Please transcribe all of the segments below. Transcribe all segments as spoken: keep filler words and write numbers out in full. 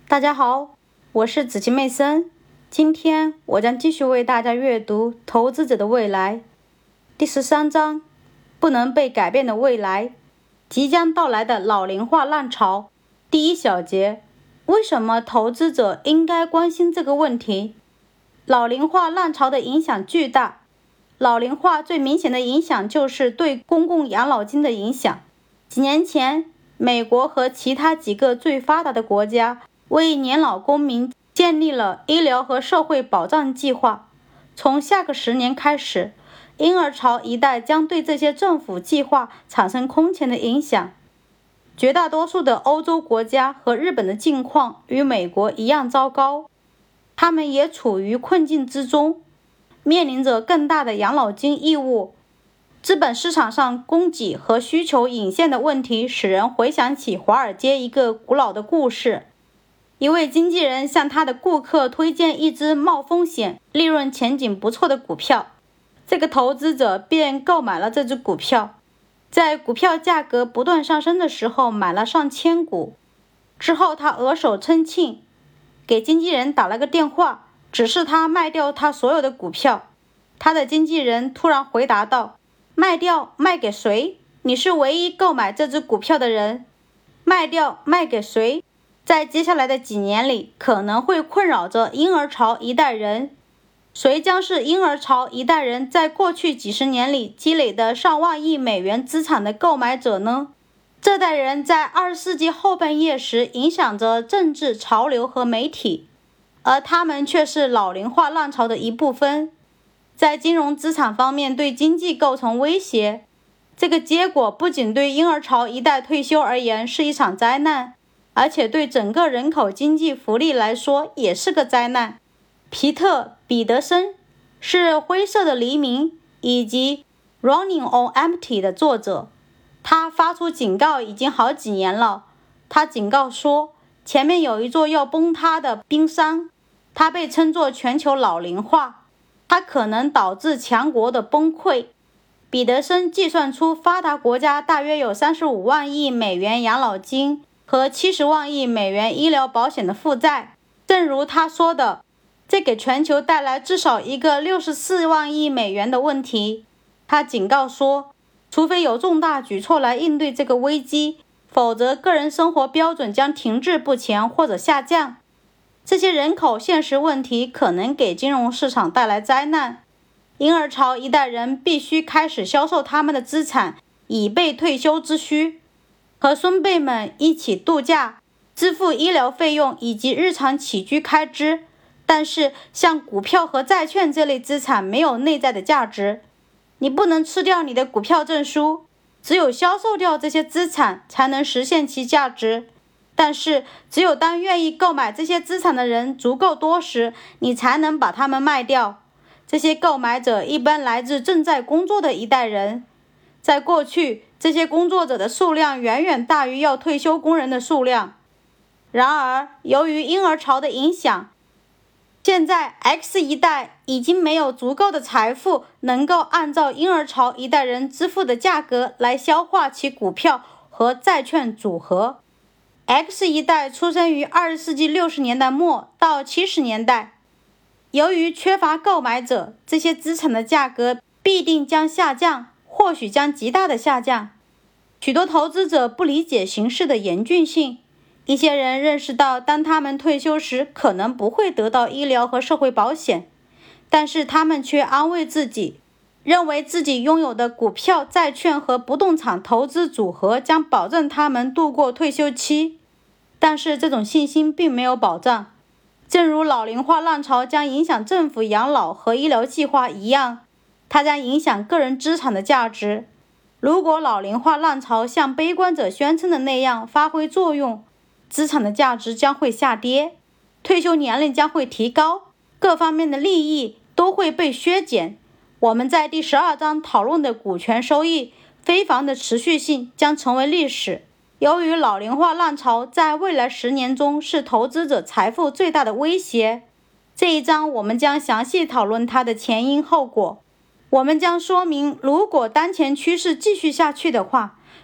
大家好，我是子琪妹森。今天我将继续为大家阅读《投资者的未来》第十三章：不能被改变的未来，即将到来的老龄化浪潮。第一小节：为什么投资者应该关心这个问题？老龄化浪潮的影响巨大。老龄化最明显的影响就是对公共养老金的影响。几年前，美国和其他几个最发达的国家为年老公民建立了医疗和社会保障计划。从下个十年开始，婴儿潮一代将对这些政府计划产生空前的影响。绝大多数的欧洲国家和日本的境况与美国一样糟糕，他们也处于困境之中，面临着更大的养老金义务。资本市场上供给和需求引线的问题使人回想起华尔街一个古老的故事。一位经纪人向他的顾客推荐一只冒风险、利润前景不错的股票，这个投资者便购买了这只股票，在股票价格不断上升的时候买了上千股。之后他额手称庆，给经纪人打了个电话，指示他卖掉他所有的股票。他的经纪人突然回答道：卖掉？卖给谁？你是唯一购买这只股票的人。卖掉？卖给谁？在接下来的几年里，可能会困扰着婴儿潮一代人。谁将是婴儿潮一代人在过去几十年里积累的上万亿美元资产的购买者呢？这代人在二十世纪后半叶时影响着政治潮流和媒体，而他们却是老龄化浪潮的一部分，在金融资产方面对经济构成威胁。这个结果不仅对婴儿潮一代退休而言是一场灾难，而且对整个人口经济福利来说也是个灾难。皮特·彼得森是《灰色的黎明》以及《Running on Empty》的作者，他发出警告已经好几年了。他警告说，前面有一座要崩塌的冰山，它被称作全球老龄化，它可能导致强国的崩溃。彼得森计算出，发达国家大约有三十五万亿美元养老金和七十万亿美元医疗保险的负债。正如他说的，这给全球带来至少一个六十四万亿美元的问题。他警告说，除非有重大举措来应对这个危机，否则个人生活标准将停滞不前或者下降。这些人口现实问题可能给金融市场带来灾难。婴儿潮一代人必须开始销售他们的资产，以备退休之需，和孙辈们一起度假，支付医疗费用以及日常起居开支。但是像股票和债券这类资产没有内在的价值，你不能吃掉你的股票证书，只有销售掉这些资产才能实现其价值。但是只有当愿意购买这些资产的人足够多时，你才能把它们卖掉。这些购买者一般来自正在工作的一代人。在过去，这些工作者的数量远远大于要退休工人的数量。然而，由于婴儿潮的影响，现在 X 一代已经没有足够的财富能够按照婴儿潮一代人支付的价格来消化其股票和债券组合。X 一代出生于二十世纪六十年代末到七十年代。由于缺乏购买者，这些资产的价格必定将下降，或许将极大的下降。许多投资者不理解形势的严峻性。一些人认识到，当他们退休时可能不会得到医疗和社会保险，但是他们却安慰自己，认为自己拥有的股票、债券和不动产投资组合将保证他们度过退休期。但是这种信心并没有保障。正如老龄化浪潮将影响政府养老和医疗计划一样，它将影响个人资产的价值。如果老龄化浪潮像悲观者宣称的那样发挥作用，资产的价值将会下跌，退休年龄将会提高，各方面的利益都会被削减。我们在第十二章讨论的股权收益非凡的持续性将成为历史。由于老龄化浪潮在未来十年中是投资者财富最大的威胁，这一章我们将详细讨论它的前因后果。我们将说明，如果当前趋势继续下去的话，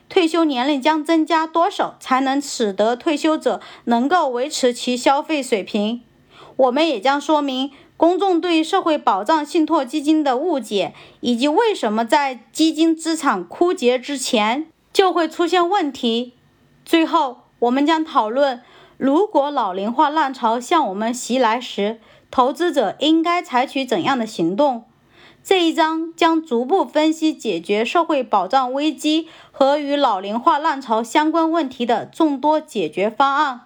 退休年龄将增加多少才能使得退休者能够维持其消费水平。我们也将说明公众对社会保障信托基金的误解，以及为什么在基金资产枯竭之前就会出现问题。最后，我们将讨论，如果老龄化浪潮向我们袭来时，投资者应该采取怎样的行动。这一章将逐步分析解决社会保障危机和与老龄化浪潮相关问题的众多解决方案。